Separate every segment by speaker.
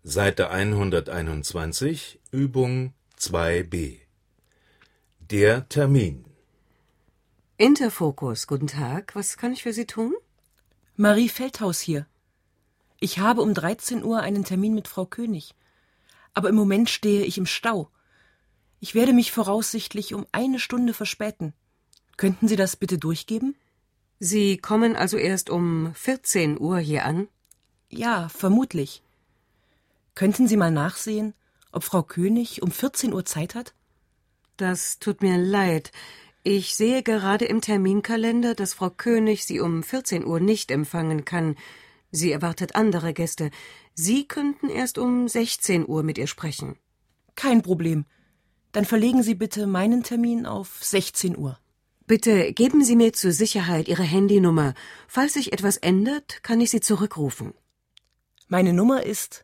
Speaker 1: Seite 121, Übung 2b. Der Termin.
Speaker 2: Interfokus, guten Tag. Was kann ich für Sie tun?
Speaker 3: Marie Feldhaus hier. Ich habe um 13 Uhr einen Termin mit Frau König. Aber im Moment stehe ich im Stau. Ich werde mich voraussichtlich um 1 Stunde verspäten. Könnten Sie das bitte durchgeben?
Speaker 2: Sie kommen also erst um 14 Uhr hier an?
Speaker 3: Ja, vermutlich. Könnten Sie mal nachsehen, ob Frau König um 14 Uhr Zeit hat?
Speaker 2: Das tut mir leid. Ich sehe gerade im Terminkalender, dass Frau König Sie um 14 Uhr nicht empfangen kann. Sie erwartet andere Gäste. Sie könnten erst um 16 Uhr mit ihr sprechen.
Speaker 3: Kein Problem. Dann verlegen Sie bitte meinen Termin auf 16 Uhr.
Speaker 2: Bitte geben Sie mir zur Sicherheit Ihre Handynummer. Falls sich etwas ändert, kann ich Sie zurückrufen.
Speaker 3: Meine Nummer ist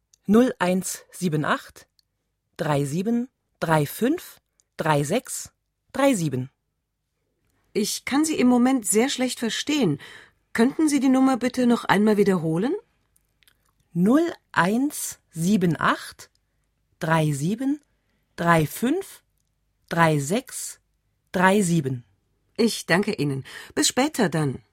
Speaker 3: 0178 37 35 36 37.
Speaker 2: Ich kann Sie im Moment sehr schlecht verstehen. Könnten Sie die Nummer bitte noch einmal wiederholen?
Speaker 3: 0178 37 35 36 37.
Speaker 2: Ich danke Ihnen. Bis später dann.